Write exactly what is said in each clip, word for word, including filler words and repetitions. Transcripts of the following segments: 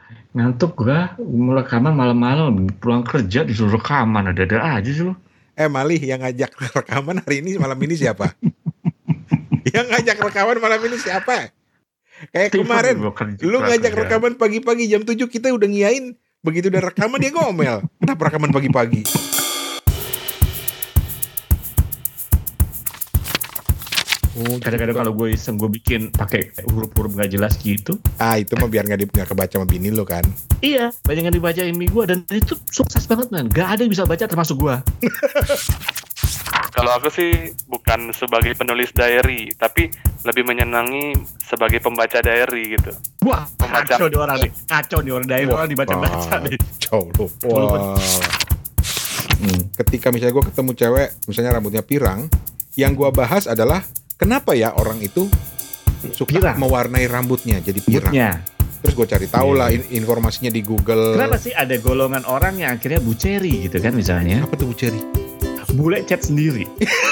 Ngantuk gua, mau rekaman malam-malam, pulang kerja disuruh rekaman, ada-ada aja sih lu. Eh Malih, yang ngajak rekaman hari ini malam ini siapa? Yang ngajak rekaman malam ini siapa? Kayak Steven kemarin, gua kerja, lu ngajak kerja. rekaman pagi-pagi jam tujuh kita udah ngiyain, begitu udah rekaman dia ngomel. Kenapa rekaman pagi-pagi? Oh, kadang-kadang kalau gue iseng gue bikin pakai huruf-huruf nggak jelas gitu. Ah itu mah biar nggak di, nggak kebaca sama bini lo kan? Iya, banyak yang dibaca ini gue dan itu sukses banget man. Gak ada yang bisa baca termasuk gue. Kalau aku sih bukan sebagai penulis diary, tapi lebih menyenangi sebagai pembaca diary gitu. Wah, Pembaca. kacau di orang nih, kacau di orang daerah orang dibaca-baca nih. Kacau lo. Wah. Hmm. Ketika misalnya gue ketemu cewek, misalnya rambutnya pirang, yang gue bahas adalah kenapa ya orang itu suka Pirang. mewarnai rambutnya jadi pirang. Rambutnya. Terus gue cari tahu lah in- informasinya di Google. Kenapa sih ada golongan orang yang akhirnya buceri gitu kan misalnya? Apa tuh Bu Ceri? Bule cat sendiri.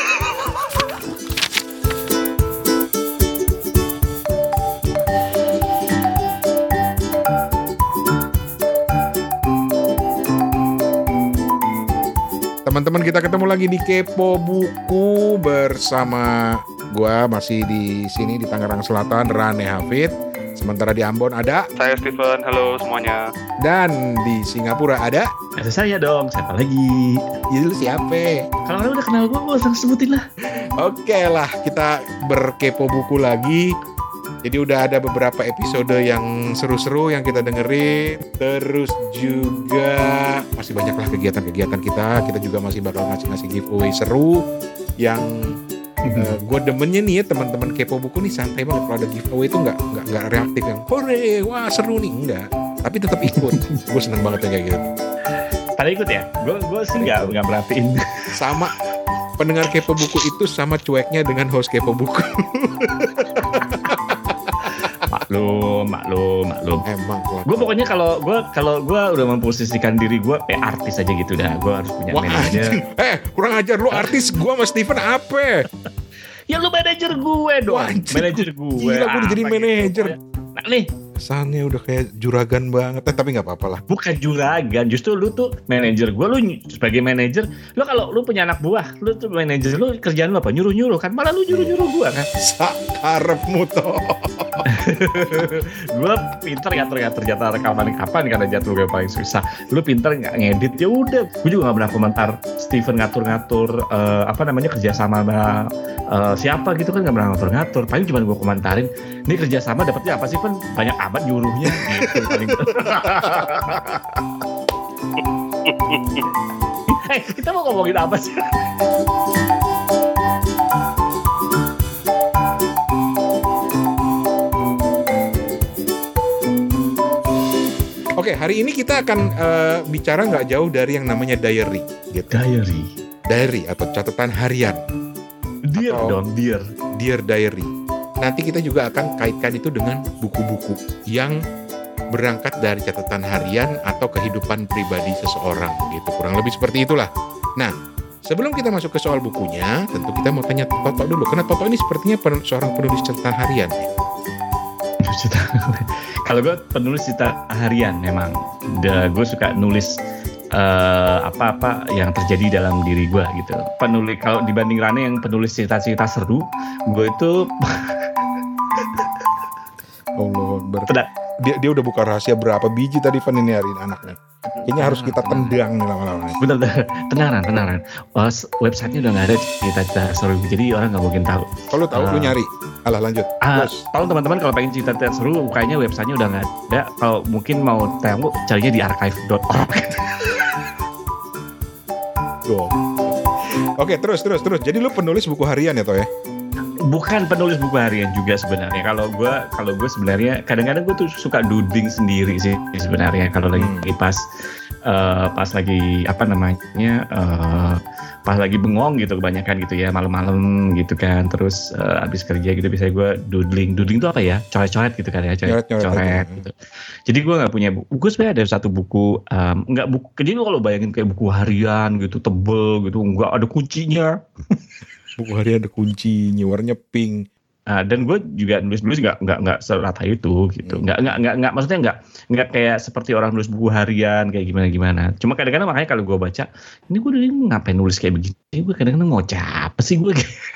Teman-teman, kita ketemu lagi di Kepo Buku bersama gua masih di sini di Tangerang Selatan, Rane Hafid. Sementara di Ambon ada, Saya Steven, halo semuanya. dan di Singapura ada. Ada saya dong, siapa lagi? Jadi lu siapa? Kalau orang udah kenal gue, gue usah sebutin lah. Oke lah, kita berkepo buku lagi. Jadi udah ada beberapa episode yang seru-seru yang kita dengerin. Terus juga masih banyaklah kegiatan-kegiatan kita. Kita juga masih bakal ngasih-ngasih giveaway seru. Yang uh, gue demennya nih ya, teman-teman kepo buku nih santai banget. Kalau ada giveaway itu nggak nggak nggak reaktif yang hore, wah seru nih, enggak. Tapi tetap ikut. Gue seneng banget yang kayak gitu. Pada ikut ya? Gue gue sih nggak nggak merhatiin. Sama pendengar kepo buku itu sama cueknya dengan host kepo buku. Maklum, maklum, maklum. Emang lah. Gue pokoknya kalau gue kalau gue udah memposisikan diri gue kayak artis aja gitu dah. Gue harus punya Wah, manajer. anjing. Eh, kurang ajar lu artis, gua sama Steven apa? Ya lu manajer gue dong. Wah, anjing. Manajer gue. Gila, gua udah jadi Apa gitu. manajer. Nah nih, Kesannya udah kayak juragan banget, eh, tapi nggak apa-apa lah. bukan juragan, justru lu tuh manajer gue. Lu ny- sebagai manajer, lu kalau lu punya anak buah, lu tuh manajer, lu kerjaan lu apa? Nyuruh-nyuruh kan? Malah lu nyuruh-nyuruh gue kan? Sakarepmu toh. Gue pinter ngatur-ngatur jadwal rekaman kapan karena jadwal gue paling susah. Lu pinter nggak ngedit, ya udah. Gue juga nggak pernah komentar Steven ngatur-ngatur eh, apa namanya kerjasama sama eh, siapa gitu kan, nggak pernah ngatur-ngatur. Paling cuma gue komentarin, ini kerjasama dapetnya apa sih, kan banyak amat nyuruhnya gitu paling. Eh, kita mau ngomongin apa sih? Oke, hari ini kita akan eh, bicara nggak jauh dari yang namanya diary, gitu. Diary. Diary atau catatan harian, Dear Atau- dong, dear. dear diary. Nanti kita juga akan kaitkan itu dengan buku-buku yang berangkat dari catatan harian atau kehidupan pribadi seseorang, gitu. Kurang lebih seperti itulah. Nah, sebelum kita masuk ke soal bukunya, tentu kita mau tanya Toto dulu. Karena Toto ini sepertinya pen- seorang penulis catatan harian. Kalau gue penulis cerita harian memang, gue suka nulis uh, apa-apa yang terjadi dalam diri gue gitu. Penulis kalau dibanding Rane yang penulis cerita-cerita seru, gue itu Allah, ber- Tenang. dia dia udah buka rahasia berapa biji tadi Van ini hari ini anaknya. Kayaknya harus kita tendang nih lama-lama nih. bener tenaran tenaran. Oh, websitenya udah nggak ada cerita-cerita seru, jadi orang nggak mungkin tahu. Kalau tahu lu Ah. nyari. Alah lanjut. Ah, Bos. tolong teman-teman kalau pengen cerita-cerita seru, kayaknya websitenya udah nggak ada. Kalau mungkin mau tahu, carinya di archive dot org. Go. Oke, terus terus terus. Jadi lu penulis buku harian ya toh ya? Bukan penulis buku harian juga sebenarnya. Kalau gue, kalau gue sebenarnya kadang-kadang gue tuh suka doodling sendiri sih sebenarnya. Kalau lagi Hmm. pas uh, pas lagi apa namanya uh, pas lagi bengong gitu kebanyakan gitu ya, malam-malam gitu kan. Terus uh, abis kerja gitu biasanya gue doodling. Doodling itu apa ya? Coret-coret gitu kan ya, coret, Coret-coret coret aja. gitu. Jadi gue nggak punya buku. Gue sebenarnya ada satu buku, um, nggak buku. Jadi lu kalau bayangin kayak buku harian gitu tebel gitu, nggak ada kuncinya. Buku harian ada kuncinya, warnanya pink. Uh, dan gue juga nulis-nulis nggak nggak nggak serata itu gitu, nggak nggak nggak nggak maksudnya nggak nggak kayak seperti orang nulis buku harian kayak gimana gimana. Cuma kadang-kadang makanya kalau gue baca, ini gue dari ngapain nulis kayak begini? Gue kadang-kadang ngocap apa sih gue?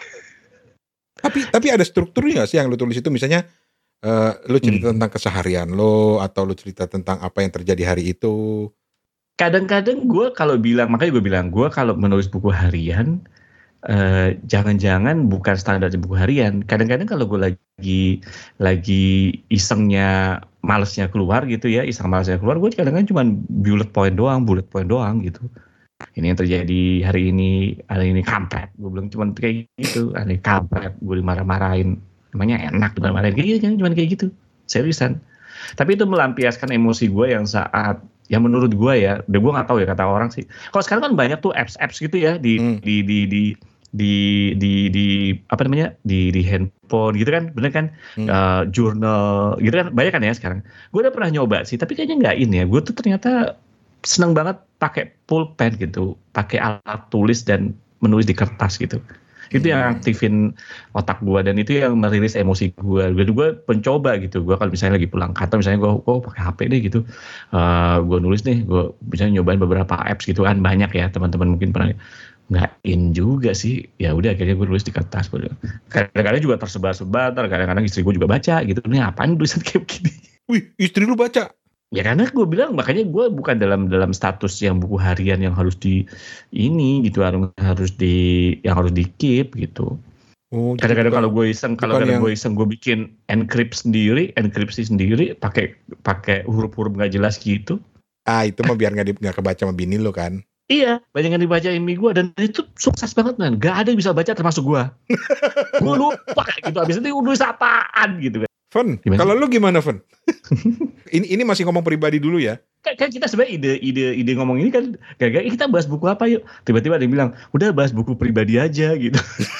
tapi tapi ada strukturnya nggak sih yang lu tulis itu? Misalnya uh, lu cerita hmm. tentang keseharian lo, atau lu cerita tentang apa yang terjadi hari itu? Kadang-kadang gue kalau bilang, makanya gue bilang gue kalau menulis buku harian. Uh, jangan-jangan bukan standar buku harian. Kadang-kadang kalau gue lagi lagi isengnya, malesnya keluar gitu ya, iseng malesnya keluar, gue kadang-kadang cuma bullet point doang, bullet point doang gitu. Ini yang terjadi hari ini, hari ini kampret. Gue bilang cuma kayak gitu, hari ini kampret. Gue dimarah-marahin, namanya enak dimarah-marahin kayak gitu, cuma kayak gitu, seriusan. Tapi itu melampiaskan emosi gue yang saat, yang menurut gue ya, udah gue nggak tahu ya kata orang sih. Kalau sekarang kan banyak tuh apps-apps gitu ya di hmm. di di di di di di apa namanya di di handphone gitu kan, bener kan, hmm. uh, jurnal gitu kan, banyak kan ya sekarang. Gue udah pernah nyoba sih, tapi kayaknya nggak ini ya. Gue tuh ternyata seneng banget pakai pulpen gitu, pakai alat tulis dan menulis di kertas gitu. Itu yang aktifin otak gue dan itu yang merilis emosi gue. Gue gue pencoba gitu. Gue kalau misalnya lagi pulang kantor, misalnya gue oh pakai H P deh gitu, uh, gue nulis nih, gue bisa nyobain beberapa apps gitu kan, banyak ya teman-teman mungkin pernah. Nggak in juga sih, ya udah akhirnya gue tulis di kertas. Kadang-kadang juga tersebar-sebar, kadang-kadang istri gue juga baca gitu, ini apaan tulisan kayak begini. Wih, istri lu baca? Ya karena gue bilang, makanya gue bukan dalam dalam status yang buku harian yang harus di ini gitu, harus di yang harus di keep gitu. Oh, kadang-kadang kalau gue iseng, kalau kadang yang... gue iseng gue bikin encrypt sendiri, enkripsi sendiri, pakai pakai huruf-huruf nggak jelas gitu. Ah itu mah biar nggak nggak kebaca sama bini lo kan? Iya, banyak yang dibaca Imi gue dan itu sukses banget man. Gak ada yang bisa baca termasuk gue. Gue lupa gitu. Abis itu nulis apaan gitu kan. Fen, kalau lu gimana Fen? ini ini masih ngomong pribadi dulu ya. Kan, kan kita sebenarnya ide ide ide ngomong ini kan gagal. Kita bahas buku apa yuk? Tiba-tiba ada yang bilang udah bahas buku pribadi aja gitu.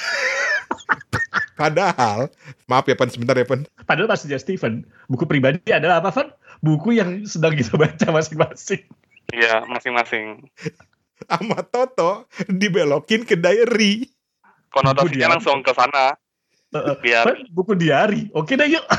Padahal, maaf ya Fen, sebentar ya Fen. Padahal maksudnya Steven, buku pribadi adalah apa Fen? Buku yang sedang kita baca masing-masing. Iya, masing-masing. Sama Toto dibelokin ke diary. Konotasinya langsung ke sana. Uh, Biar buku diary. Oke deh yuk.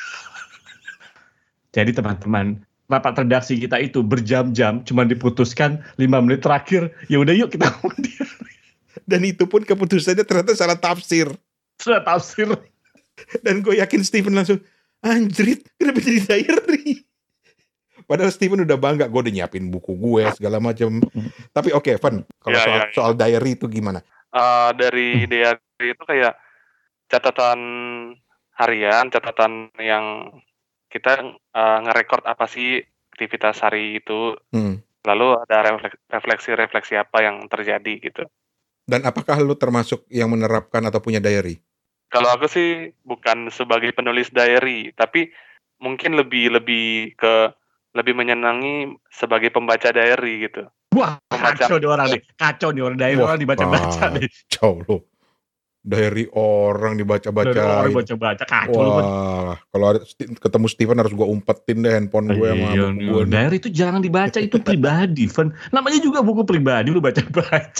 Jadi teman-teman, rapat redaksi kita itu berjam-jam cuma diputuskan lima menit terakhir. Ya udah yuk kita ngomong diary. Dan itu pun keputusannya ternyata salah tafsir. Salah tafsir. Dan gue yakin Steven langsung, anjrit, kenapa jadi diary? Padahal Steven udah bangga, gue udah nyiapin buku gue segala macam. Tapi oke, okay, Van, kalau ya, soal, ya, ya. soal diary itu gimana? Uh, dari diary itu kayak catatan harian, catatan yang kita uh, ngerekord apa sih aktivitas hari itu, hmm. lalu ada refleksi-refleksi apa yang terjadi gitu. Dan apakah lu termasuk yang menerapkan atau punya diary? Kalau aku sih bukan sebagai penulis diary, tapi mungkin lebih lebih ke lebih menyenangi sebagai pembaca diary gitu. Wah, pembaca. Kacau nih orang nih. Kacau nih orang diary. Wah, orang dibaca-baca nih. Kacau loh. Diary orang dibaca-baca. Diary orang dibaca-baca. Kacau loh. Wah, kalau ada, ketemu Steven harus gue umpetin deh handphone gue sama iya, buku gue. Diary itu jangan dibaca. Itu pribadi, Van. Namanya juga buku pribadi. Lu baca-baca.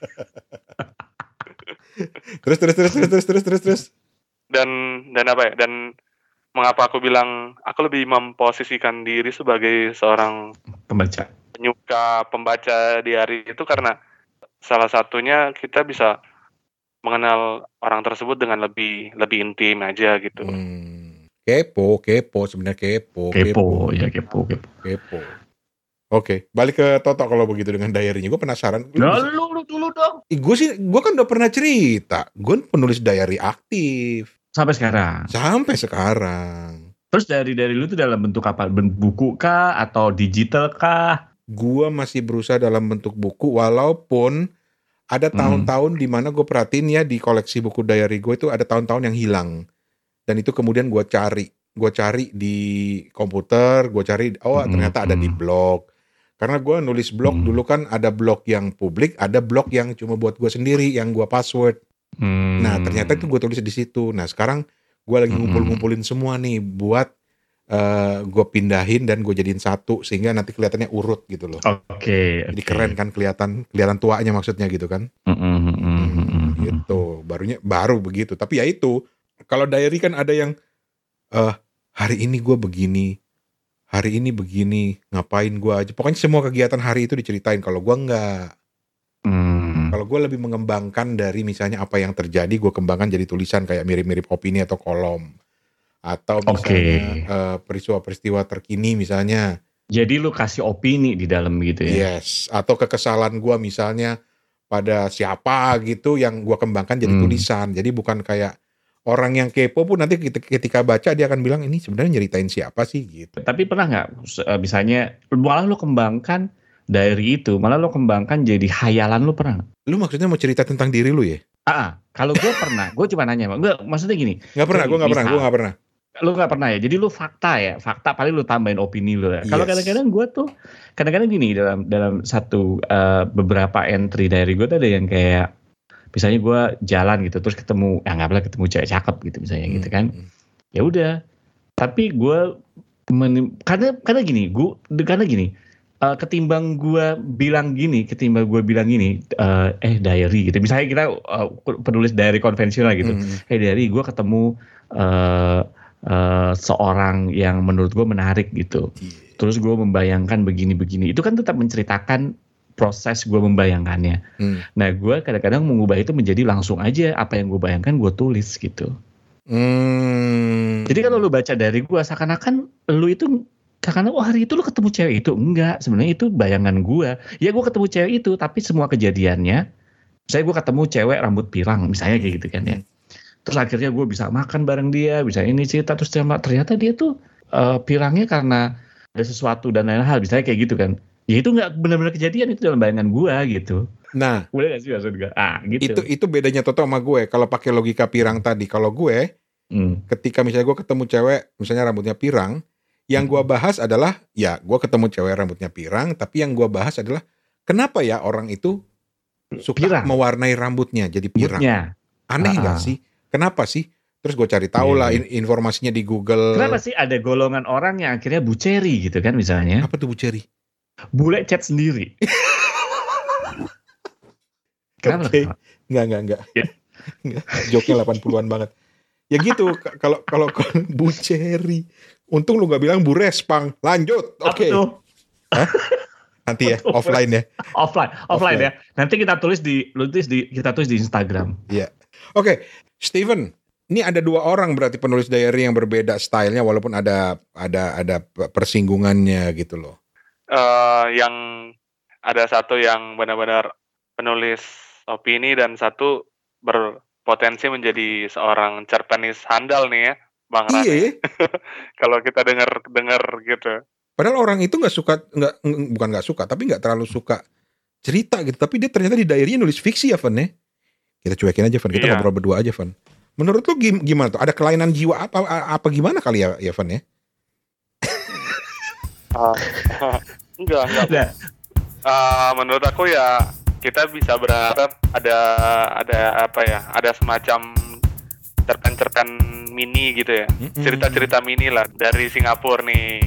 terus, terus, terus, terus, terus, terus, terus, terus. Dan, dan apa ya? Dan mengapa aku bilang aku lebih memposisikan diri sebagai seorang pembaca, penyuka pembaca diary itu karena salah satunya kita bisa mengenal orang tersebut dengan lebih lebih intim aja gitu. Hmm. Kepo, kepo sebenarnya kepo, kepo, kepo, ya kepo, kepo, kepo. Oke, balik ke Toto kalau begitu dengan diary-nya. Gue penasaran. Nah, lu, lu dulu dong. Eh, gue sih, gue kan udah pernah cerita. Gue penulis diary aktif. Sampai sekarang? Sampai sekarang. Terus dari dari lu itu dalam bentuk apa? Buku kah? Atau digital kah? Gue masih berusaha dalam bentuk buku. Walaupun ada tahun-tahun hmm. di mana gue perhatiin ya di koleksi buku diary gue itu ada tahun-tahun yang hilang. Dan itu kemudian gue cari. Gue cari di komputer. Gue cari, oh hmm. ternyata ada di blog. Karena gue nulis blog hmm. dulu kan ada blog yang publik. Ada blog yang cuma buat gue sendiri. Yang gue password. Hmm. Nah ternyata itu gue tulis di situ. Nah sekarang gue lagi ngumpul-ngumpulin semua nih buat uh, gue pindahin dan gue jadiin satu sehingga nanti kelihatannya urut gitu loh. Oke. Okay, Jadi okay. keren kan kelihatan kelihatan tuanya maksudnya gitu kan. Mm-hmm. Hmm, gitu. Barunya baru begitu. Tapi ya itu Kalau diary kan ada yang uh, hari ini gue begini, hari ini begini, ngapain gue aja. Pokoknya semua kegiatan hari itu diceritain. Kalau gue enggak. Hmm. Kalau gue lebih mengembangkan dari misalnya apa yang terjadi, gue kembangkan jadi tulisan kayak mirip-mirip opini atau kolom. Atau misalnya Oke. uh, peristiwa-peristiwa terkini misalnya. Jadi lu kasih opini di dalam gitu ya? Yes. Atau kekesalan gue misalnya pada siapa gitu yang gue kembangkan jadi Hmm. tulisan. Jadi bukan kayak orang yang kepo pun nanti ketika baca dia akan bilang ini sebenarnya nyeritain siapa sih gitu. Tapi pernah nggak uh, misalnya malah lo kembangkan dari itu, malah lo kembangkan jadi hayalan lo, pernah nggak? Lu maksudnya mau cerita tentang diri lu ya? Ah, kalau gue pernah, gue cuma nanya, nggak, maksudnya gini. Nggak pernah, gue nggak pernah, gue nggak pernah. Lu nggak pernah ya? Jadi lu fakta ya, fakta paling lu tambahin opini lu ya. Kalau Yes. kadang-kadang gue tuh, kadang-kadang gini dalam dalam satu uh, beberapa entry dari gue tuh ada yang kayak, misalnya gue jalan gitu, terus ketemu, ya nggak boleh ketemu cewek cakep gitu misalnya Hmm. gitu kan. Ya udah, tapi gue men- karena karena gini, gue karena gini. Uh, ketimbang gue bilang gini, ketimbang gue bilang gini, uh, eh diary gitu. Misalnya kita uh, penulis diary konvensional gitu. Hmm. Eh diary, gue ketemu uh, uh, seorang yang menurut gue menarik gitu. Yeah. Terus gue membayangkan begini-begini. Itu kan tetap menceritakan proses gue membayangkannya. Hmm. Nah gue kadang-kadang mengubah itu menjadi langsung aja apa yang gue bayangkan gue tulis gitu. Hmm. Jadi kalau lu baca dari gue, seakan-akan lu itu karena oh hari itu lu ketemu cewek itu. Enggak, sebenarnya itu bayangan gue. Ya gue ketemu cewek itu, tapi semua kejadiannya, misalnya gue ketemu cewek rambut pirang, misalnya kayak gitu kan ya. Terus akhirnya gue bisa makan bareng dia, bisa ini cerita, terus ternyata dia tuh uh, pirangnya karena ada sesuatu dan lain hal, misalnya kayak gitu kan. Ya itu nggak benar-benar kejadian, itu dalam bayangan gue gitu. Nah, boleh nggak sih maksud gue? Ah, gitu. Itu itu bedanya Toto sama gue. Kalau pakai logika pirang tadi, kalau gue, hmm. ketika misalnya gue ketemu cewek, misalnya rambutnya pirang, yang gue bahas adalah, ya gue ketemu cewek rambutnya pirang, tapi yang gue bahas adalah, kenapa ya orang itu suka pirang. Mewarnai rambutnya jadi pirang? Rambutnya. Aneh nggak uh-uh. sih? Kenapa sih? Terus gue cari tahu lah yeah. informasinya di Google. Kenapa sih ada golongan orang yang akhirnya buceri gitu kan misalnya? Apa tuh buceri? Bule cat sendiri. Kenapa? Oke, okay. Enggak, enggak, enggak. Yeah. Enggak. Joknya delapan puluhan banget. Ya gitu, kalau kalau buceri. Untung lu gak bilang Bu Respang. Lanjut. Oke. Okay. Hah? Nanti ya, offline ya. Offline, offline, offline ya. Nanti kita tulis di tulis di kita tulis di Instagram. Iya. Oke, okay. Steven, ini ada dua orang berarti penulis diary yang berbeda stylenya walaupun ada ada ada persinggungannya gitu loh. Uh, yang ada satu yang benar-benar penulis opini dan satu berpotensi menjadi seorang cerpenis handal nih ya. Bang Rane. Iya. Kalau kita dengar-dengar gitu. Padahal orang itu nggak suka, nggak bukan nggak suka, tapi nggak terlalu suka cerita gitu. Tapi dia ternyata di diary-nya nulis fiksi ya, Van ya. Kita cuekin aja, Van. Kita iya. ngobrol berdua aja, Van. Menurut lu gimana tuh? Ada kelainan jiwa apa apa gimana kali ya, ya Van ya? uh, enggak, enggak. Uh, menurut aku ya kita bisa berharap ada ada apa ya? Ada semacam cerpen-cerpen mini gitu ya, mm-hmm. cerita-cerita mini lah dari Singapura nih.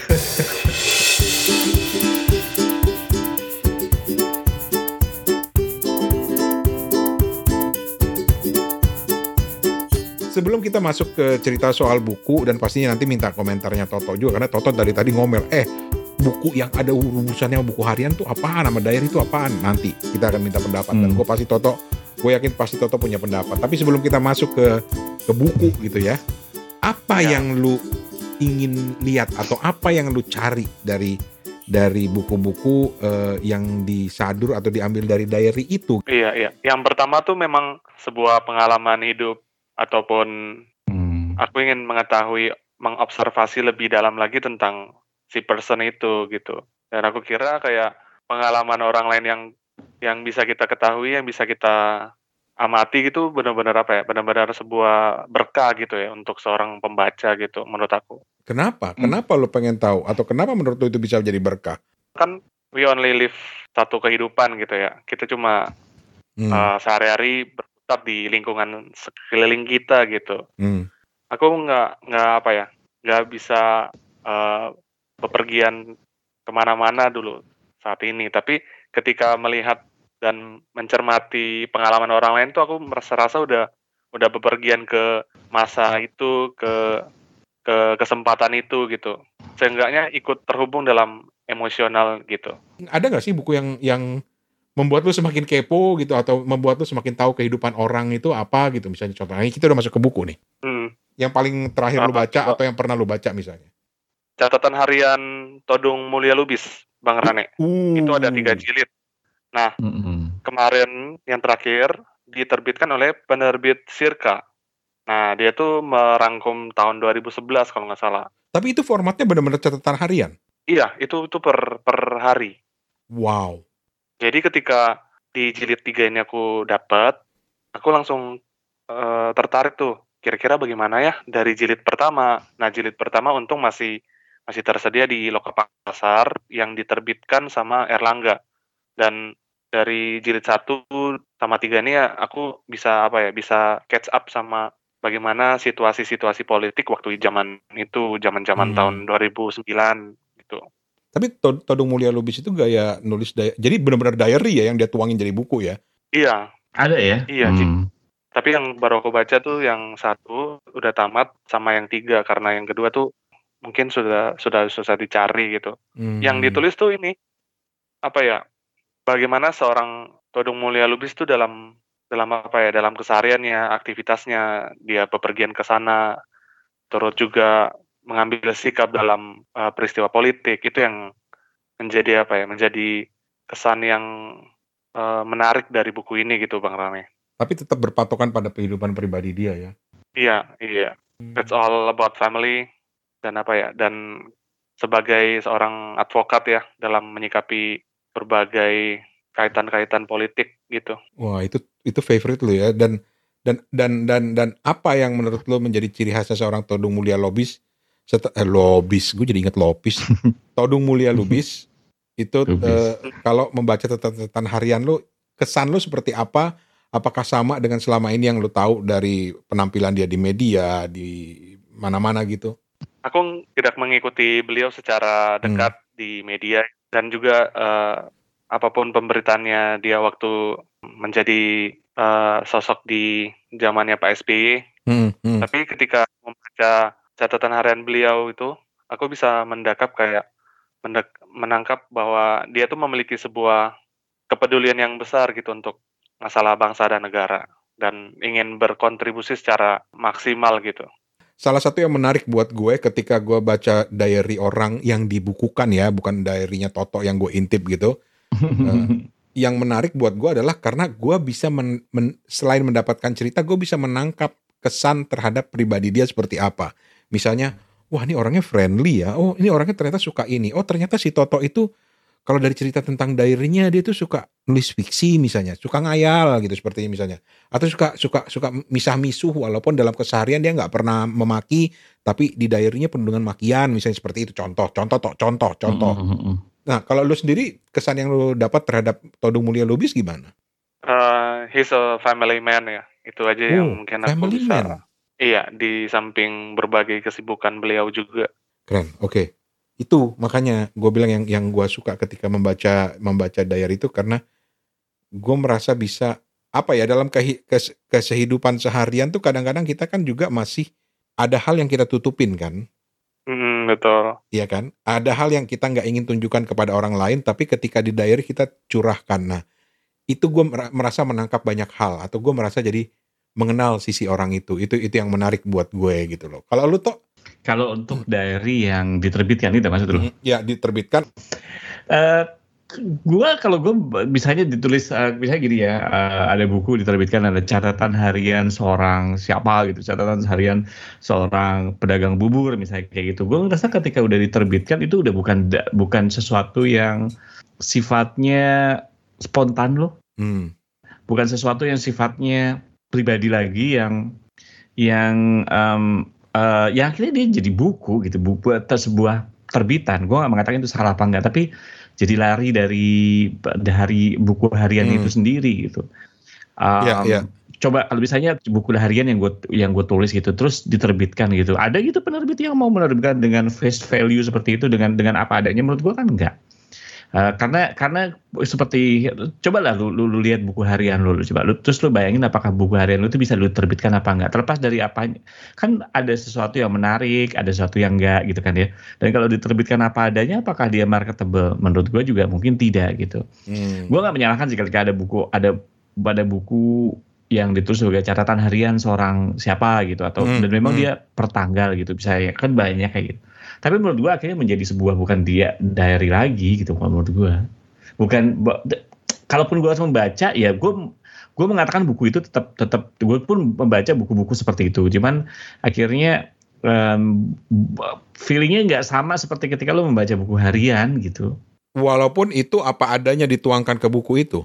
Sebelum kita masuk ke cerita soal buku dan pastinya nanti minta komentarnya Toto juga karena Toto dari tadi ngomel, eh buku yang ada urusannya buku harian tuh apaan, nama diary itu apaan? Nanti kita akan minta pendapat hmm. dan gue pasti Toto, gue yakin pasti Toto punya pendapat. Tapi sebelum kita masuk ke ke buku gitu ya, apa ya. yang lu ingin lihat atau apa yang lu cari dari dari buku-buku uh, yang disadur atau diambil dari diary itu? Iya, iya. Yang pertama tuh memang sebuah pengalaman hidup ataupun hmm. aku ingin mengetahui, mengobservasi lebih dalam lagi tentang si person itu gitu. Dan aku kira kayak pengalaman orang lain yang yang bisa kita ketahui, yang bisa kita amati gitu benar-benar apa ya, benar-benar sebuah berkah gitu ya untuk seorang pembaca gitu menurut aku. Kenapa? Kenapa hmm. lu pengen tahu? Atau kenapa menurut lu itu bisa jadi berkah? Kan we only live satu kehidupan gitu ya. Kita cuma hmm. uh, sehari-hari berputar di lingkungan sekeliling kita gitu. Hmm. Aku nggak nggak apa ya, nggak bisa uh, bepergian kemana-mana dulu saat ini. Tapi ketika melihat dan mencermati pengalaman orang lain tuh aku merasa-rasa udah udah bepergian ke masa itu, ke ke kesempatan itu gitu. Seenggaknya ikut terhubung dalam emosional gitu. Ada nggak sih buku yang yang membuat lu semakin kepo gitu, atau membuat lu semakin tahu kehidupan orang itu apa gitu, misalnya contohnya kita udah masuk ke buku nih. Hmm. Yang paling terakhir lu baca Uh, atau yang pernah lu baca misalnya? Catatan harian Todung Mulya Lubis, Bang Rane. Uh. Itu ada tiga jilid. Nah, mm-hmm. kemarin yang terakhir diterbitkan oleh penerbit Sirka. Nah, dia tuh merangkum tahun dua ribu sebelas kalau nggak salah. Tapi itu formatnya benar-benar catatan harian? Iya, itu itu per per hari. Wow. Jadi ketika di jilid tiga ini aku dapat, aku langsung uh, tertarik tuh. Kira-kira bagaimana ya dari jilid pertama. Nah, jilid pertama untung masih masih tersedia di Lokapasar yang diterbitkan sama Erlangga. Dan dari jilid satu sama tiga ini ya aku bisa apa ya, bisa catch up sama bagaimana situasi-situasi politik waktu zaman itu, zaman-zaman hmm. tahun dua ribu sembilan gitu. Tapi Todung Mulya Lubis itu gaya nulis, day- jadi benar-benar diary ya yang dia tuangin jadi buku ya? Iya. Ada ya? Iya, hmm. Tapi yang baru aku baca tuh yang satu udah tamat sama yang tiga, karena yang kedua tuh mungkin sudah sudah susah dicari gitu. Hmm. Yang ditulis tuh ini apa ya? Bagaimana seorang Todung Mulya Lubis tuh dalam dalam apa ya? Dalam kesehariannya, aktivitasnya, dia bepergian ke sana, terus juga mengambil sikap dalam uh, peristiwa politik, itu yang menjadi apa ya? Menjadi kesan yang uh, menarik dari buku ini gitu, Bang Rame. Tapi tetap berpatokan pada kehidupan pribadi dia ya. Iya, iya. It's all about family dan apa ya? Dan sebagai seorang advokat ya dalam menyikapi berbagai kaitan-kaitan politik gitu. Wah, itu itu favorite lu ya. Dan dan dan dan dan apa yang menurut lu menjadi ciri khasnya seorang Todung Mulya Lubis? Set, eh, Lubis, gue jadi inget Lopis. Todung Mulya Lubis itu uh, kalau membaca catatan harian lu, kesan lu seperti apa? Apakah sama dengan selama ini yang lu tahu dari penampilan dia di media, di mana-mana gitu? Aku tidak mengikuti beliau secara dekat hmm. di media, dan juga uh, apapun pemberitaannya dia waktu menjadi uh, sosok di zamannya Pak S B Y. Hmm, hmm. Tapi ketika membaca catatan harian beliau itu, aku bisa mendakap kayak mendek- menangkap bahwa dia tuh memiliki sebuah kepedulian yang besar gitu untuk masalah bangsa dan negara, dan ingin berkontribusi secara maksimal gitu. Salah satu yang menarik buat gue ketika gue baca diary orang yang dibukukan ya, bukan diary-nya Toto yang gue intip gitu. uh, yang menarik buat gue adalah karena gue bisa men, men, selain mendapatkan cerita, gue bisa menangkap kesan terhadap pribadi dia seperti apa. Misalnya, wah ini orangnya friendly ya, oh ini orangnya ternyata suka ini, oh ternyata si Toto itu kalau dari cerita tentang diary-nya dia tuh suka nulis fiksi misalnya, suka ngayal gitu sepertinya misalnya, atau suka suka suka misah-misuh walaupun dalam keseharian dia nggak pernah memaki, tapi di diary-nya penuh dengan makian misalnya, seperti itu. Contoh, contoh, toh, contoh, contoh. Mm-hmm. Nah kalau lu sendiri kesan yang lu dapat terhadap Todung Mulya Lubis gimana? Uh, he's a family man ya, itu aja oh, yang mungkin aku bisa. Man. Iya, di samping berbagai kesibukan beliau juga. Keren, oke. Okay. Itu makanya gue bilang yang yang gue suka ketika membaca membaca diary itu, karena gue merasa bisa apa ya, dalam ke, ke, kehidupan seharian tuh kadang-kadang kita kan juga masih ada hal yang kita tutupin kan. Mm, betul. Iya kan, ada hal yang kita nggak ingin tunjukkan kepada orang lain, tapi ketika di diary kita curahkan. Nah itu gue merasa menangkap banyak hal, atau gue merasa jadi mengenal sisi orang itu. Itu itu yang menarik buat gue gitu loh. Kalau lu tuh? Kalau untuk diary yang diterbitkan itu maksud lu? Ya diterbitkan. Uh, gua kalau gue misalnya ditulis, uh, misalnya gini ya, uh, ada buku diterbitkan, ada catatan harian seorang siapa gitu, catatan harian seorang pedagang bubur misalnya kayak gitu. Gue ngerasa ketika udah diterbitkan itu udah bukan bukan sesuatu yang sifatnya spontan loh, hmm. bukan sesuatu yang sifatnya pribadi lagi yang yang um, Uh, ya akhirnya dia jadi buku gitu, buku atau sebuah terbitan. Gue gak mengatakan itu salah apa enggak, tapi jadi lari dari dari buku harian hmm. itu sendiri gitu. Um, yeah, yeah. Coba kalau misalnya buku harian yang gue yang gue tulis gitu, terus diterbitkan gitu, ada gitu penerbit yang mau menerbitkan dengan face value seperti itu, dengan dengan apa adanya, menurut gue kan enggak. Uh, karena karena seperti cobalah lu, lu, lu lihat buku harian lu, lu coba lu terus lu bayangin apakah buku harian lu itu bisa lu terbitkan apa enggak, terlepas dari apanya. Kan ada sesuatu yang menarik, ada sesuatu yang enggak gitu kan ya. Dan kalau diterbitkan apa adanya, apakah dia marketable? Menurut gue juga mungkin tidak gitu. Hmm. Gue nggak menyalahkan sih ketika ada buku ada ada buku yang ditulis sebagai catatan harian seorang siapa gitu, atau hmm. dan memang hmm. dia per tanggal gitu, bisa ya kan banyak kayak gitu. Tapi menurut gue akhirnya menjadi sebuah bukan dia diary lagi gitu menurut gue. Bukan, kalaupun gue harus membaca ya gue gue mengatakan buku itu tetap tetap gue pun membaca buku-buku seperti itu. Cuman akhirnya um, feelingnya nggak sama seperti ketika lo membaca buku harian gitu. Walaupun itu apa adanya dituangkan ke buku itu.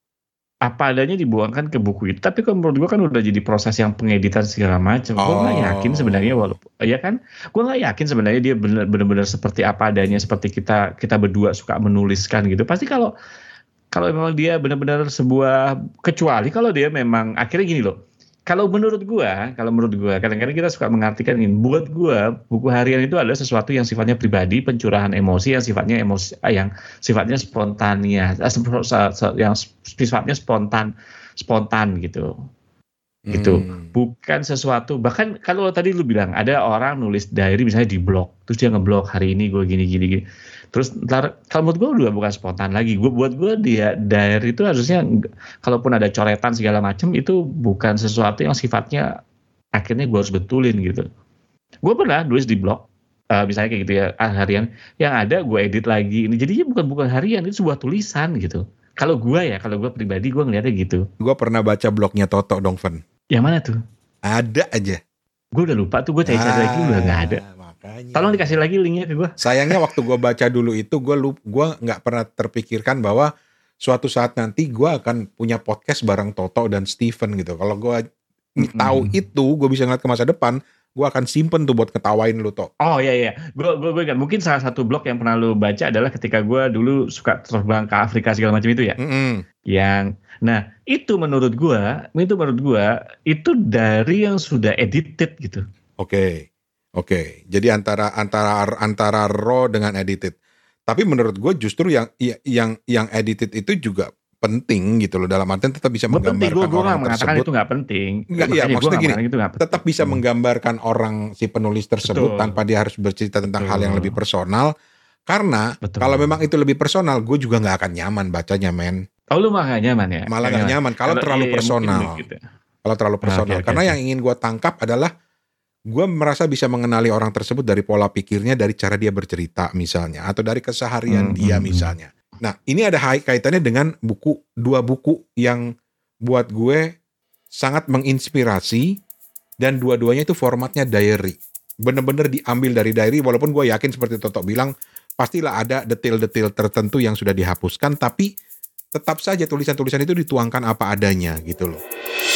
Apa adanya dibuangkan ke buku itu, tapi kalau menurut gue kan udah jadi proses yang pengeditan segala macam. Oh. Gue nggak yakin sebenarnya, walaupun ya kan, gue nggak yakin sebenarnya dia benar-benar seperti apa adanya, seperti kita kita berdua suka menuliskan gitu. Pasti kalau kalau memang dia benar-benar sebuah, kecuali kalau dia memang akhirnya gini loh. Kalau menurut gue, kalau menurut gue, kadang-kadang kita suka mengartikan ini. Buat gue, buku harian itu adalah sesuatu yang sifatnya pribadi, pencurahan emosi yang sifatnya emosi, yang sifatnya spontania, yang sifatnya spontan, spontan gitu, hmm. gitu. Bukan sesuatu. Bahkan kalau tadi lu bilang ada orang nulis diary misalnya di blog, terus dia ngeblog hari ini gue gini-gini, gini. Terus ntar, kalau menurut gue udah bukan spontan lagi. Gue buat gue dia diary itu harusnya, kalaupun ada coretan segala macam itu bukan sesuatu yang sifatnya akhirnya gue harus betulin gitu. Gue pernah nulis di blog, uh, misalnya kayak gitu ya harian, yang ada gue edit lagi. Ini jadinya bukan bukan harian, itu sebuah tulisan gitu. Kalau gue ya, kalau gue pribadi gue ngeliatnya gitu. Gue pernah baca blognya Toto dong, Fen. Yang mana tuh? Ada aja. Gue udah lupa tuh, gue cari-cari ah. lagi udah nggak ada. Makanya. Tolong dikasih lagi linknya ke gue. Sayangnya waktu gue baca dulu itu gue lup, gue nggak pernah terpikirkan bahwa suatu saat nanti gue akan punya podcast bareng Toto dan Steven gitu. Kalau gue mm-hmm. tahu itu, gue bisa ngeliat ke masa depan, gue akan simpen tuh buat ketawain lu Tok. Oh iya iya, gue gue gue ingat. Mungkin salah satu blog yang pernah lu baca adalah ketika gue dulu suka terbang ke Afrika segala macam itu ya. Mm-hmm. Yang, nah itu menurut gue, itu menurut gue itu dari yang sudah edited gitu. Oke. Okay. Oke, okay, jadi antara antara antara raw dengan edited. Tapi menurut gue justru yang yang yang edited itu juga penting gitu loh, dalam artian tetap bisa menggambarkan penting, gua, orang gua tersebut. Itu nggak penting. Enggak, iya maksudnya gini, itu tetap bisa hmm. menggambarkan orang si penulis tersebut. Betul. Tanpa dia harus bercerita tentang Betul. Hal yang lebih personal. Karena Betul. Kalau memang itu lebih personal, gue juga nggak akan nyaman bacanya, men. Oh lu malah gak nyaman ya? Malah nggak nyaman kalau terlalu iya, personal. Gitu. Kalau terlalu personal. Ah, okay, Karena okay. yang ingin gue tangkap adalah gue merasa bisa mengenali orang tersebut dari pola pikirnya, dari cara dia bercerita misalnya, atau dari keseharian hmm, dia misalnya. Nah, ini ada kaitannya dengan buku, dua buku yang buat gue sangat menginspirasi, dan dua-duanya itu formatnya diary. Bener-bener diambil dari diary, walaupun gue yakin seperti Toto bilang, pastilah ada detail-detail tertentu yang sudah dihapuskan, tapi tetap saja tulisan-tulisan itu dituangkan apa adanya gitu loh.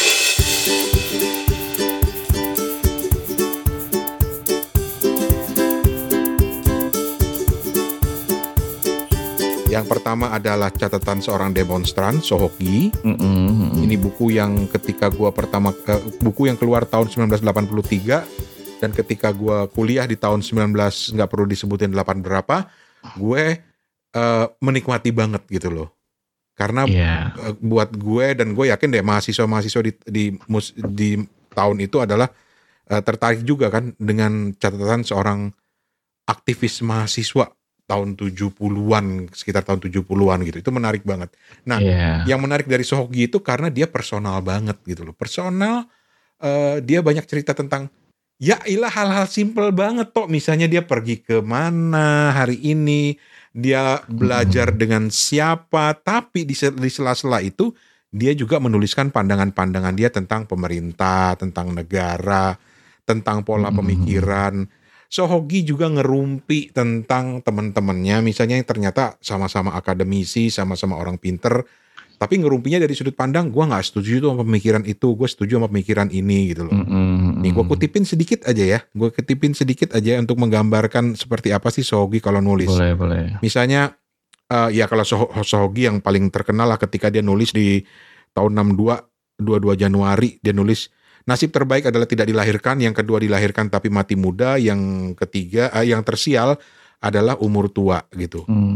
Yang pertama adalah Catatan Seorang Demonstran, Sohoki. Mm-hmm. Ini buku yang ketika gua pertama uh, buku yang keluar tahun sembilan belas delapan puluh tiga, dan ketika gua kuliah di tahun sembilan belas nggak perlu disebutin delapan berapa, gue uh, menikmati banget gitu loh. Karena yeah. uh, buat gue, dan gue yakin deh mahasiswa-mahasiswa di di, mus, di tahun itu adalah uh, tertarik juga kan dengan catatan seorang aktivis mahasiswa tahun tujuh puluhan, sekitar tahun tujuh puluhan gitu. Itu menarik banget. Nah, yeah. yang menarik dari Sohoki itu karena dia personal banget gitu loh. Personal, uh, dia banyak cerita tentang, ya ilah hal-hal simple banget toh. Misalnya dia pergi ke mana hari ini, dia belajar hmm. dengan siapa, tapi di, di sela-sela itu, dia juga menuliskan pandangan-pandangan dia tentang pemerintah, tentang negara, tentang pola hmm. pemikiran. Sohoki juga ngerumpi tentang teman-temannya, misalnya yang ternyata sama-sama akademisi, sama-sama orang pinter, tapi ngerumpinya dari sudut pandang, gue gak setuju tuh sama pemikiran itu, gue setuju sama pemikiran ini gitu loh. Mm-hmm. Nih gue kutipin sedikit aja ya, gue kutipin sedikit aja untuk menggambarkan seperti apa sih Sohoki kalau nulis. Boleh, boleh. Misalnya, uh, ya kalau Sohoki yang paling terkenal lah ketika dia nulis di tahun enam puluh dua, dua puluh dua Januari, dia nulis, nasib terbaik adalah tidak dilahirkan, yang kedua dilahirkan tapi mati muda, yang ketiga, eh, yang tersial adalah umur tua gitu. Hmm.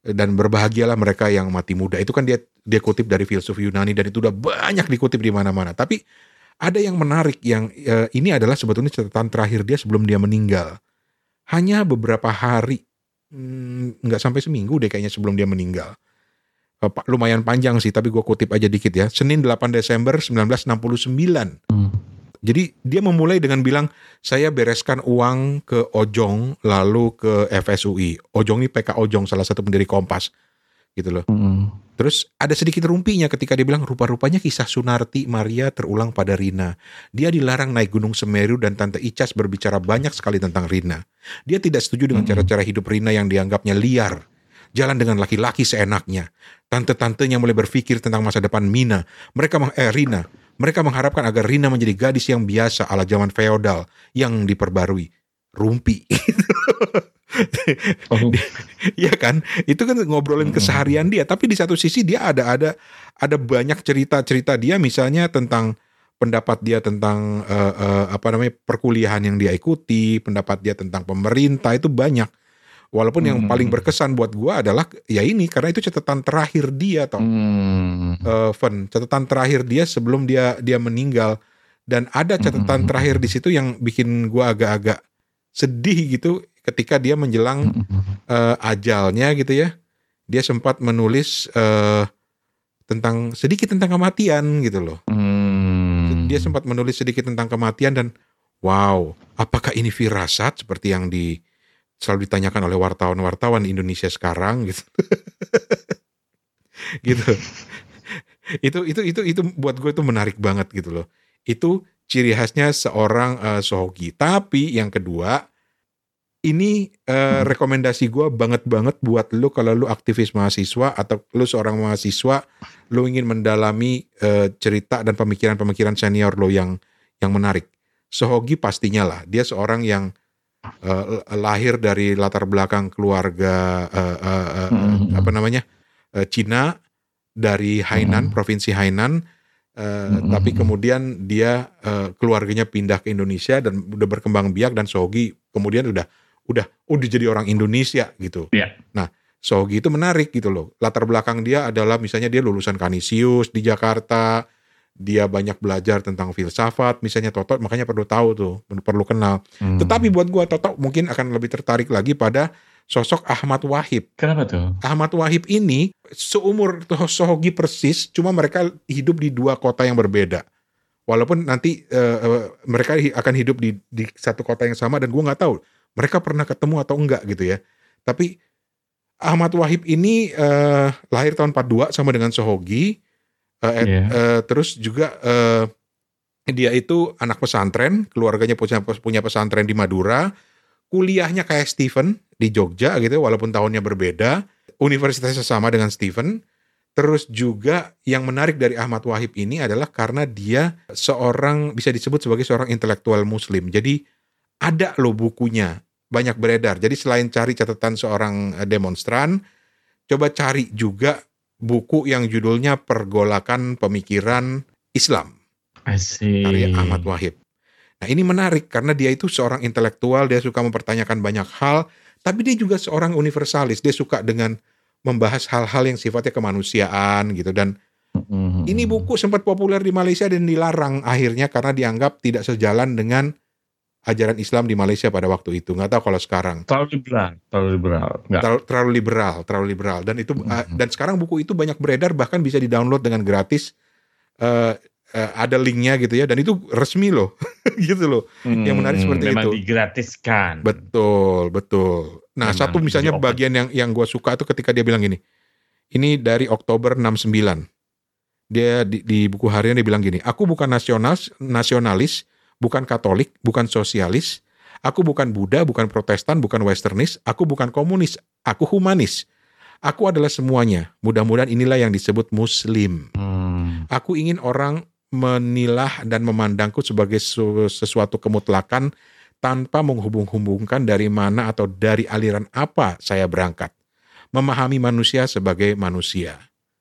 dan berbahagialah mereka yang mati muda. Itu kan dia dia kutip dari filsuf Yunani dan itu udah banyak dikutip di mana-mana. Tapi ada yang menarik yang uh, ini adalah sebetulnya catatan terakhir dia sebelum dia meninggal. Hanya beberapa hari, hmm, nggak sampai seminggu deh kayaknya sebelum dia meninggal. Uh, lumayan panjang sih, tapi gue kutip aja dikit ya. Senin delapan Desember seribu sembilan ratus enam puluh sembilan. Hmm. Jadi dia memulai dengan bilang, saya bereskan uang ke Ojong lalu ke F S U I. Ojong ini P K Ojong, salah satu pendiri Kompas. Gitu loh. Hmm. Terus ada sedikit rumpinya ketika dia bilang, rupa-rupanya kisah Sunarti Maria terulang pada Rina. Dia dilarang naik Gunung Semeru dan Tante Icas berbicara banyak sekali tentang Rina. Dia tidak setuju dengan hmm. cara-cara hidup Rina yang dianggapnya liar. Jalan dengan laki-laki seenaknya. Tante-tantenya mulai berpikir tentang masa depan Mina. Mereka meng- eh Rina. Mereka mengharapkan agar Rina menjadi gadis yang biasa ala zaman feodal yang diperbarui. Rumpi. Oh. Iya kan? Itu kan ngobrolin keseharian dia. Tapi di satu sisi dia ada ada ada banyak cerita-cerita dia, misalnya tentang pendapat dia tentang uh, uh, apa namanya perkuliahan yang dia ikuti, pendapat dia tentang pemerintah itu banyak. Walaupun yang hmm. paling berkesan buat gue adalah ya ini, karena itu catatan terakhir dia toh, hmm. uh, Fen, catatan terakhir dia sebelum dia dia meninggal. Dan ada catatan hmm. terakhir di situ yang bikin gue agak-agak sedih gitu, ketika dia menjelang uh, ajalnya gitu ya, dia sempat menulis uh, tentang sedikit tentang kematian gitu loh. Hmm. Dia sempat menulis sedikit tentang kematian dan wow, apakah ini firasat seperti yang di selalu ditanyakan oleh wartawan-wartawan Indonesia sekarang gitu. Gitu. Itu itu itu itu buat gue itu menarik banget gitu loh. Itu ciri khasnya seorang uh, Sohogi. Tapi yang kedua, ini uh, hmm. rekomendasi gue banget-banget buat lu kalau lu aktivis mahasiswa atau lu seorang mahasiswa, lu ingin mendalami uh, cerita dan pemikiran-pemikiran senior lu yang yang menarik. Sohogi pastinya lah, dia seorang yang Uh, lahir dari latar belakang keluarga uh, uh, uh, hmm. apa namanya uh, Cina dari Hainan, hmm. provinsi Hainan, uh, hmm. tapi kemudian dia uh, keluarganya pindah ke Indonesia dan udah berkembang biak, dan Sohogi kemudian udah udah udah jadi orang Indonesia gitu. Yeah. Nah, Sohogi itu menarik gitu loh. Latar belakang dia adalah misalnya dia lulusan Kanisius di Jakarta. Dia banyak belajar tentang filsafat, misalnya Toto, makanya perlu tahu tuh, perlu kenal. Hmm. Tetapi buat gua Toto mungkin akan lebih tertarik lagi pada sosok Ahmad Wahid. Kenapa tuh? Ahmad Wahid ini seumur Sohogi persis, cuma mereka hidup di dua kota yang berbeda. Walaupun nanti uh, uh, mereka akan hidup di, di satu kota yang sama, dan gua nggak tahu mereka pernah ketemu atau enggak gitu ya. Tapi Ahmad Wahid ini uh, lahir tahun empat puluh dua sama dengan Sohogi. Uh, yeah. uh, terus juga uh, dia itu anak pesantren, keluarganya punya, punya pesantren di Madura, kuliahnya kayak Stephen di Jogja gitu, walaupun tahunnya berbeda, universitasnya sama dengan Stephen. Terus juga yang menarik dari Ahmad Wahid ini adalah karena dia seorang, bisa disebut sebagai seorang intelektual muslim. Jadi ada loh bukunya, banyak beredar. Jadi selain cari catatan seorang demonstran, coba cari juga buku yang judulnya Pergolakan Pemikiran Islam, karya Ahmad Wahid. Nah ini menarik karena dia itu seorang intelektual, dia suka mempertanyakan banyak hal, tapi dia juga seorang universalis. Dia suka dengan membahas hal-hal yang sifatnya kemanusiaan gitu. Dan mm-hmm. ini buku sempat populer di Malaysia dan dilarang akhirnya karena dianggap tidak sejalan dengan ajaran Islam di Malaysia pada waktu itu. Nggak tahu kalau sekarang. Terlalu liberal, terlalu liberal. Terlalu, terlalu liberal, terlalu liberal. Dan itu mm-hmm. uh, dan sekarang buku itu banyak beredar, bahkan bisa di-download dengan gratis. Uh, uh, ada linknya gitu ya, dan itu resmi loh, gitu loh. Hmm, yang menarik seperti memang itu. Memang digratiskan. Betul, betul. Nah, memang satu misalnya bagian yang yang gue suka itu ketika dia bilang gini. Ini dari Oktober enam puluh sembilan. Dia di, di buku harian dia bilang gini, aku bukan nasionalis, nasionalis, bukan Katolik, bukan sosialis, aku bukan Buddha, bukan Protestan, bukan Westernis, aku bukan komunis, aku humanis. Aku adalah semuanya. Mudah-mudahan inilah yang disebut Muslim. Hmm. Aku ingin orang menilah dan memandangku sebagai sesuatu kemutlakan tanpa menghubung-hubungkan dari mana atau dari aliran apa saya berangkat. Memahami manusia sebagai manusia.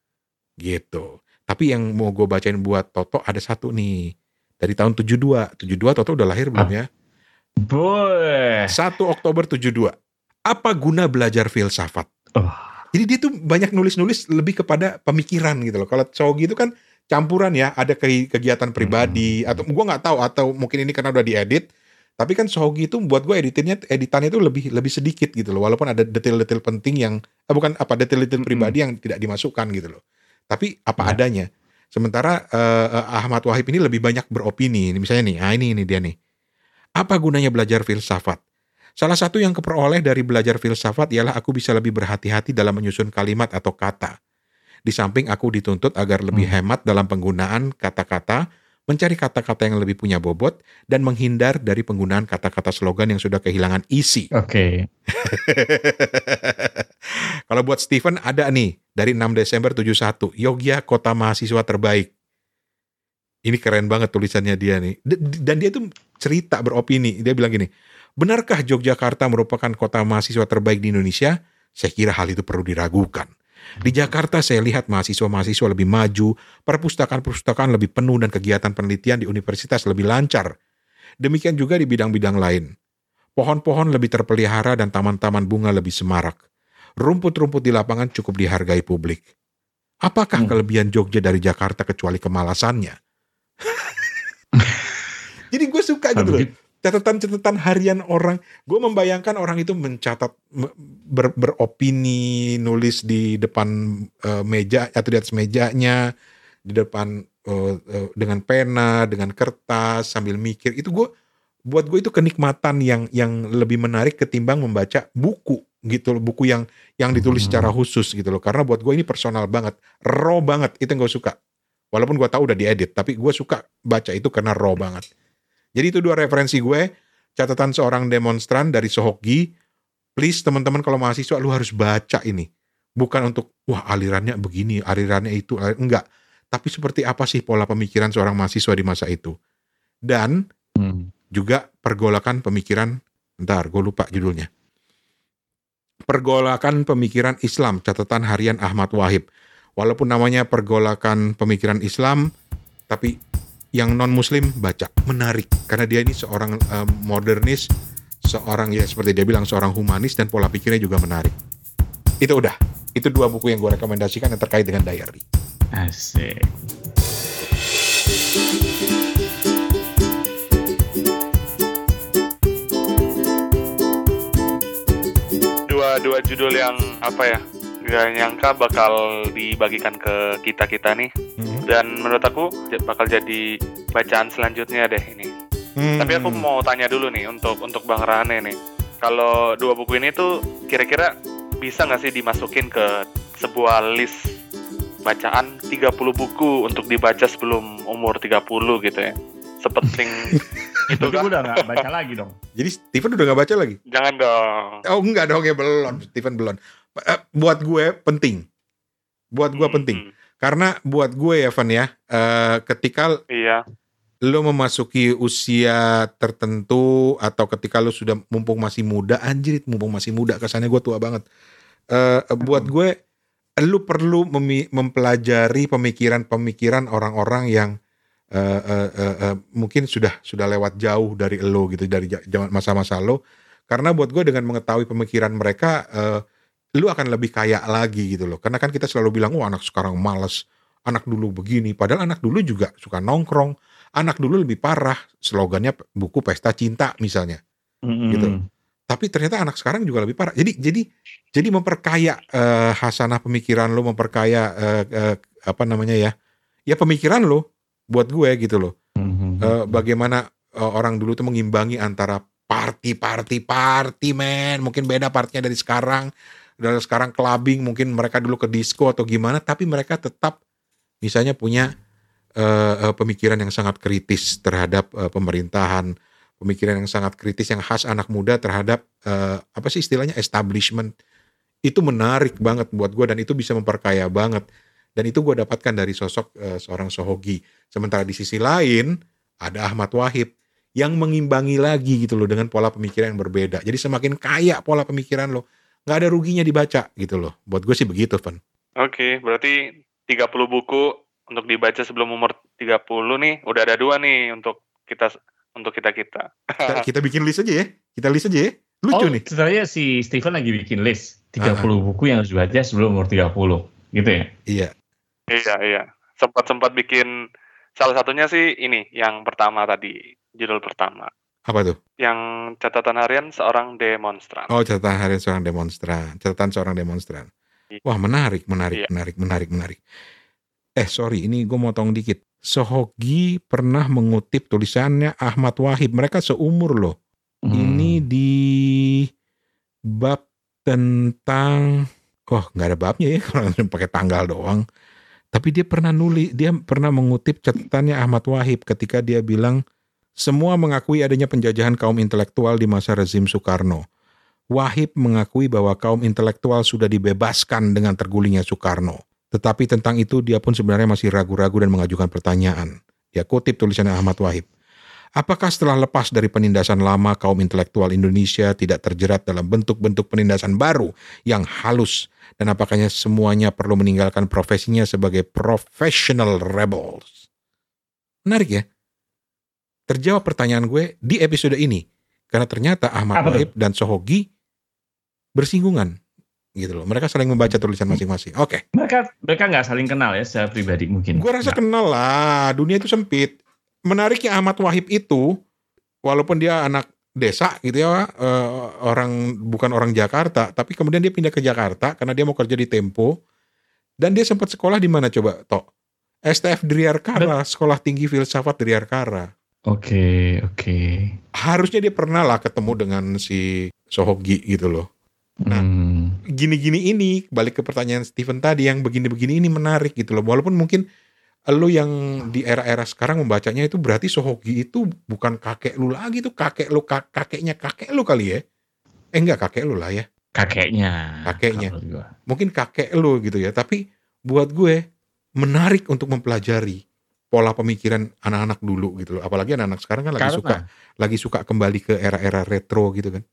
Gitu. Tapi yang mau gue bacain buat Toto ada satu nih. Dari tahun tujuh puluh dua. tujuh puluh dua Toto udah lahir belum ya? Boleh. satu Oktober tujuh puluh dua. Apa guna belajar filsafat? Oh. Jadi dia tuh banyak nulis-nulis lebih kepada pemikiran gitu loh. Kalau Shogi itu kan campuran ya, ada ke- kegiatan pribadi, atau gue nggak tahu, atau mungkin ini karena udah diedit. Tapi kan Shogi itu buat gue editannya editannya itu lebih lebih sedikit gitu loh. Walaupun ada detail-detail penting yang eh, bukan apa detail-detail pribadi yang tidak dimasukkan gitu loh. Tapi apa Ya. adanya. Sementara uh, Ahmad Wahib ini lebih banyak beropini. Ini misalnya nih, ah ini ini dia nih. Apa gunanya belajar filsafat? Salah satu yang keperoleh dari belajar filsafat ialah aku bisa lebih berhati-hati dalam menyusun kalimat atau kata. Di samping aku dituntut agar lebih Hmm. hemat dalam penggunaan kata-kata, mencari kata-kata yang lebih punya bobot, dan menghindar dari penggunaan kata-kata slogan yang sudah kehilangan isi. Oke. Kalau buat Stephen ada nih, dari enam Desember tujuh puluh satu, Yogyakarta Kota Mahasiswa Terbaik. Ini keren banget tulisannya dia nih. D- Dan dia tuh cerita beropini, dia bilang gini, benarkah Yogyakarta merupakan kota mahasiswa terbaik di Indonesia? Saya kira hal itu perlu diragukan. Di Jakarta saya lihat mahasiswa-mahasiswa lebih maju, perpustakaan-perpustakaan lebih penuh dan kegiatan penelitian di universitas lebih lancar. Demikian juga di bidang-bidang lain. Pohon-pohon lebih terpelihara dan taman-taman bunga lebih semarak. Rumput-rumput di lapangan cukup dihargai publik. Apakah Hmm. kelebihan Jogja dari Jakarta kecuali kemalasannya? Jadi gue suka gitu loh. Catatan-catatan harian orang. Gue membayangkan orang itu mencatat, ber, beropini, nulis di depan uh, meja atau di atas mejanya, di depan uh, uh, dengan pena, dengan kertas, sambil mikir. Itu gue, buat gue itu kenikmatan yang yang lebih menarik ketimbang membaca buku gitu loh, buku yang yang ditulis secara khusus gitu loh. Karena buat gue ini personal banget, raw banget. Itu yang gue suka. Walaupun gue tahu udah diedit, tapi gue suka baca itu karena raw banget. Jadi itu dua referensi gue, catatan seorang demonstran dari Sohogi. Please teman-teman kalau mahasiswa lu harus baca ini. Bukan untuk, wah alirannya begini, alirannya itu, alir, enggak. Tapi seperti apa sih pola pemikiran seorang mahasiswa di masa itu. Dan Hmm. juga pergolakan pemikiran, bentar gue lupa judulnya. Pergolakan pemikiran Islam, catatan harian Ahmad Wahib. Walaupun namanya pergolakan pemikiran Islam, tapi yang non-muslim baca, menarik. Karena dia ini seorang uh, modernis, seorang ya seperti dia bilang, seorang humanis dan pola pikirnya juga menarik. Itu udah, itu dua buku yang gue rekomendasikan yang terkait dengan diary. Asik. Dua dua judul yang apa ya? Gak nyangka bakal dibagikan ke kita-kita nih. Hmm. Dan menurut aku bakal jadi bacaan selanjutnya deh ini. Hmm. Tapi aku mau tanya dulu nih untuk untuk Bang Rane nih. Kalau dua buku ini tuh kira-kira bisa nggak sih dimasukin ke sebuah list bacaan tiga puluh buku untuk dibaca sebelum umur tiga puluh gitu ya? Sepenting itu Itu kan? udah nggak baca lagi dong. Jadi Steven udah gak baca lagi? Jangan dong. Oh enggak dong, ya belum. Steven belum. Uh, buat gue penting. Buat gue Hmm, penting. Karena buat gue ya Van ya, uh, ketika Iya. lo memasuki usia tertentu atau ketika lo sudah mumpung masih muda, anjir mumpung masih muda, kesannya gue tua banget. Uh, buat gue, lo perlu memi- mempelajari pemikiran-pemikiran orang-orang yang uh, uh, uh, uh, mungkin sudah sudah lewat jauh dari lo gitu, dari zaman masa-masa lo. Karena buat gue dengan mengetahui pemikiran mereka, uh, lo akan lebih kaya lagi gitu loh. Karena kan kita selalu bilang, wah anak sekarang malas, anak dulu begini. Padahal anak dulu juga suka nongkrong. Anak dulu lebih parah, slogannya buku pesta cinta misalnya, Mm-mm. gitu. Tapi ternyata anak sekarang juga lebih parah. Jadi jadi jadi memperkaya uh, hasanah pemikiran lo, memperkaya uh, uh, apa namanya ya, ya pemikiran lo buat gue gitu loh. Mm-hmm. Uh, bagaimana uh, orang dulu tuh mengimbangi antara party party party men, mungkin beda partinya dari sekarang. Dari sekarang clubbing, mungkin mereka dulu ke disco atau gimana, tapi mereka tetap misalnya punya uh, uh, pemikiran yang sangat kritis terhadap uh, pemerintahan, pemikiran yang sangat kritis yang khas anak muda terhadap uh, apa sih istilahnya establishment. Itu menarik banget buat gue dan itu bisa memperkaya banget. Dan itu gue dapatkan dari sosok uh, seorang Sohogi. Sementara di sisi lain ada Ahmad Wahib yang mengimbangi lagi gitu loh dengan pola pemikiran yang berbeda. Jadi semakin kaya pola pemikiran lo, nggak ada ruginya dibaca gitu loh. Buat gue sih begitu, Van. Oke, berarti tiga puluh buku untuk dibaca sebelum umur tiga puluh nih, udah ada dua nih untuk kita untuk kita-kita. Kita, kita bikin list aja ya. Kita list aja ya. Lucu oh, nih. Sebenarnya si Steven lagi bikin list tiga puluh uh-huh. buku yang harus dibaca sebelum umur tiga puluh, gitu ya? Iya. Iya, iya. Sempat-sempat bikin, salah satunya sih ini, yang pertama tadi, judul pertama. Apa tuh? Yang catatan harian seorang demonstran. Oh, catatan harian seorang demonstran. Catatan seorang demonstran. Wah, menarik, menarik, iya. menarik, menarik, menarik. Eh, sorry, ini gue motong dikit. Sohogi pernah mengutip tulisannya Ahmad Wahib. Mereka seumur loh. Hmm. Ini di bab tentang, oh nggak ada babnya ya, kalau pakai tanggal doang. Tapi dia pernah nulis, dia pernah mengutip catatannya Ahmad Wahib ketika dia bilang, semua mengakui adanya penjajahan kaum intelektual di masa rezim Soekarno. Wahib mengakui bahwa kaum intelektual sudah dibebaskan dengan tergulingnya Soekarno. Tetapi tentang itu dia pun sebenarnya masih ragu-ragu dan mengajukan pertanyaan. Dia kutip tulisannya Ahmad Wahib. Apakah setelah lepas dari penindasan lama, kaum intelektual Indonesia tidak terjerat dalam bentuk-bentuk penindasan baru yang halus? Dan apakahnya semuanya perlu meninggalkan profesinya sebagai professional rebels? Menarik ya? Terjawab pertanyaan gue di episode ini. Karena ternyata Ahmad Apa Wahib itu? Dan Sohogi bersinggungan. Gitu loh. Mereka saling membaca tulisan masing-masing. Oke. Okay. Mereka mereka nggak saling kenal ya secara pribadi mungkin. Gue rasa nggak. Kenal lah. Dunia itu sempit. Menariknya Ahmad Wahib itu, walaupun dia anak desa gitu ya, uh, orang bukan orang Jakarta, tapi kemudian dia pindah ke Jakarta karena dia mau kerja di Tempo. Dan dia sempat sekolah di mana coba, Tok? S T F Driarkara, Sekolah Tinggi Filsafat Driarkara. Oke, okay, oke. Okay. Harusnya dia pernah lah ketemu dengan si Sohogi gitu loh. Nah, hmm. gini-gini ini, balik ke pertanyaan Steven tadi, yang begini-begini ini menarik gitu loh. Walaupun mungkin lu yang di era-era sekarang membacanya itu berarti Sohogi itu bukan kakek lu lagi tuh, kakek lu, kakeknya kakek lu kali ya. Eh enggak, kakek lu lah ya. Kakeknya. Kakeknya. Mungkin kakek lu gitu ya, tapi buat gue menarik untuk mempelajari pola pemikiran anak-anak dulu gitu loh. Apalagi anak-anak sekarang kan lagi Karena. suka lagi suka kembali ke era-era retro gitu kan.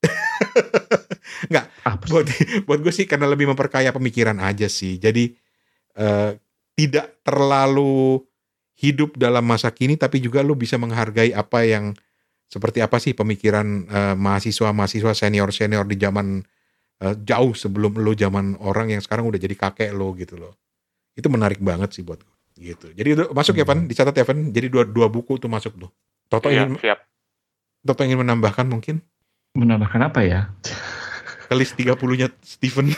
Enggak, ah, buat, buat gue sih karena lebih memperkaya pemikiran aja sih. Jadi uh, tidak terlalu hidup dalam masa kini, tapi juga lu bisa menghargai apa yang, seperti apa sih pemikiran uh, mahasiswa-mahasiswa senior-senior di zaman uh, jauh sebelum lu zaman orang yang sekarang udah jadi kakek lo gitu loh. Itu menarik banget sih buat gue. Gitu. Jadi masuk hmm. ya Van, dicatat ya Van. Jadi dua dua buku tuh masuk tuh. Toto iya, ingin siap. Toto ingin menambahkan mungkin? Menambahkan apa ya? Ke list tiga puluh-nya Steven.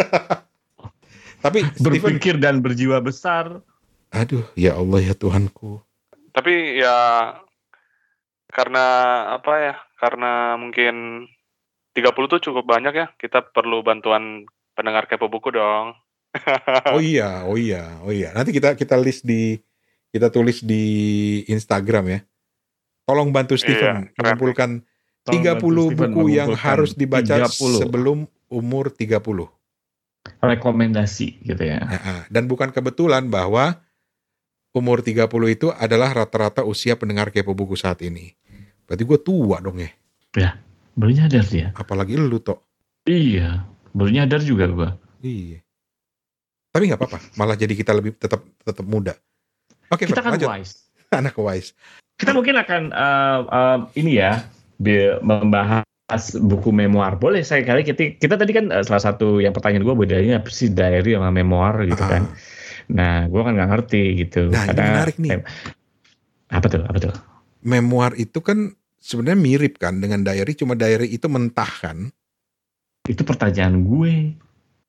Tapi berpikir Steven, dan berjiwa besar. Aduh, ya Allah ya Tuhanku. Tapi ya karena apa ya? Karena mungkin tiga puluh tuh cukup banyak ya. Kita perlu bantuan pendengar Kepo Buku dong. Oh iya, oh iya, oh iya. Nanti kita kita list di kita tulis di Instagram ya. Tolong bantu Steven iya, mengumpulkan tiga puluh buku yang harus dibaca tiga puluh sebelum umur tiga puluh. Rekomendasi gitu ya. Ya. Dan bukan kebetulan bahwa umur tiga puluh itu adalah rata-rata usia pendengar Kepo Buku saat ini. Berarti gue tua dong ya. Ya, baru nyadar dia. Apalagi lu Tok. Iya, baru nyadar juga gue. Iya. Tapi nggak apa-apa, malah jadi kita lebih tetap tetap muda. Oke, kita kan lanjut. wise. Anak wise. Kita mungkin akan uh, uh, ini ya, membahas buku memoir. Boleh saya kali kita, kita tadi kan uh, salah satu yang pertanyaan gue bedanya apa sih diary sama memoir gitu uh-huh. kan. Nah, gue kan nggak ngerti gitu. Nah, ini menarik nih. Mem- apa tuh? Apa tuh? Memoir itu kan sebenarnya mirip kan dengan diary, cuma diary itu mentah kan. Itu pertanyaan gue.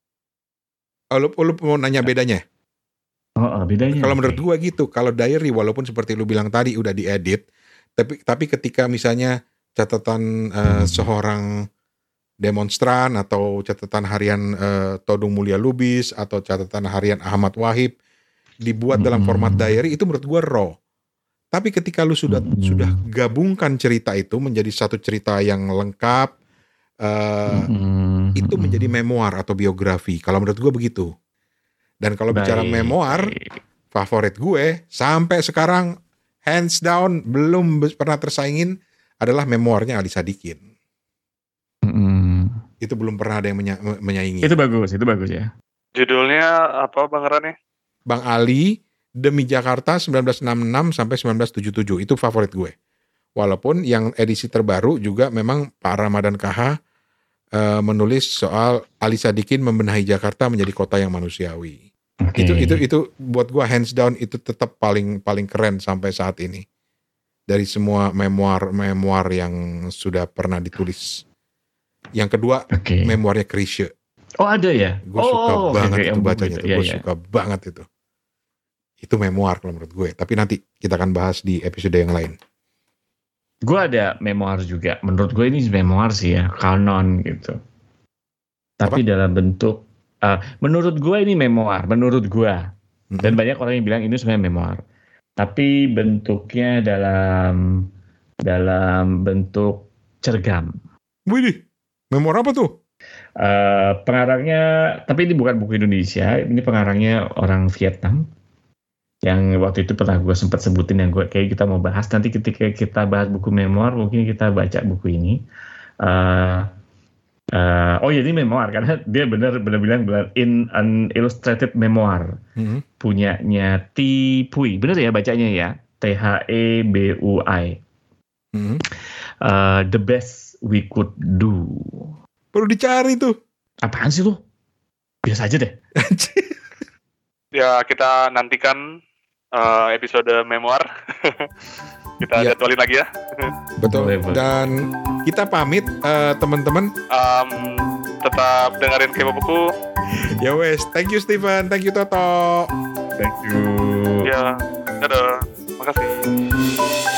Oh, lu, lu mau nanya bedanya? Oh, oh bedanya. Kalau menurut gue gitu, kalau diary walaupun seperti lu bilang tadi udah diedit, tapi tapi ketika misalnya catatan uh, hmm. seorang demonstran atau catatan harian uh, Todung Mulya Lubis atau catatan harian Ahmad Wahib dibuat hmm. dalam format diary, itu menurut gue raw. Tapi ketika lu sudah hmm. sudah gabungkan cerita itu menjadi satu cerita yang lengkap, uh, hmm. itu menjadi memoir atau biografi. Kalau menurut gue begitu. Dan kalau baik, bicara memoir, baik. Favorit gue sampai sekarang hands down belum pernah tersaingin adalah memoirnya Ali Sadikin. Hmm. Itu belum pernah ada yang menya- menyaingi. Itu bagus, itu bagus ya. Judulnya apa Bang Rani? Bang Ali, Demi Jakarta seribu sembilan ratus enam puluh enam sampai seribu sembilan ratus tujuh puluh tujuh. Itu favorit gue. Walaupun yang edisi terbaru juga memang Pak Ramadan K H uh, menulis soal Ali Sadikin membenahi Jakarta menjadi kota yang manusiawi. Okay. Itu itu itu buat gua hands down itu tetap paling paling keren sampai saat ini. Dari semua memoir-memoir yang sudah pernah ditulis. Yang kedua, okay. memoirnya Chrisye. Oh ada ya? Gue oh, suka oh, banget okay, itu bacanya gitu. tuh. Gue ya, suka ya. banget itu. Itu memoir kalau menurut gue. Tapi nanti kita akan bahas di episode yang lain. Gue ada memoir juga. Menurut gue ini memoir sih ya, kanon gitu. Tapi Apa? dalam bentuk, uh, menurut gue ini memoir. Menurut gue. Mm-hmm. Dan banyak orang yang bilang ini sebenarnya memoir. Tapi bentuknya dalam dalam bentuk cergam. Wih, memoir apa tuh? Uh, pengarangnya, tapi ini bukan buku Indonesia, ini pengarangnya orang Vietnam. Yang waktu itu pernah gue sempat sebutin yang gue kayak kita mau bahas. Nanti ketika kita bahas buku memoir, mungkin kita baca buku ini. Uh, Uh, oh ya ini memoir karena dia benar-benar bilang benar in an illustrated memoir mm-hmm. punyanya T Pui, benar ya bacanya ya, T H E B U I. Mm-hmm. Uh, the best we could do. Perlu dicari tuh. Apaan sih lu? Biasa aja deh. Ya kita nantikan uh, episode memoir. Kita ya. jadwalin lagi ya. Betul. Boleh, dan kita pamit uh, teman-teman. Um, tetap dengerin Kepo Buku. Ya wes, thank you Steven, thank you Toto. Thank you. Ya, dadah. Makasih.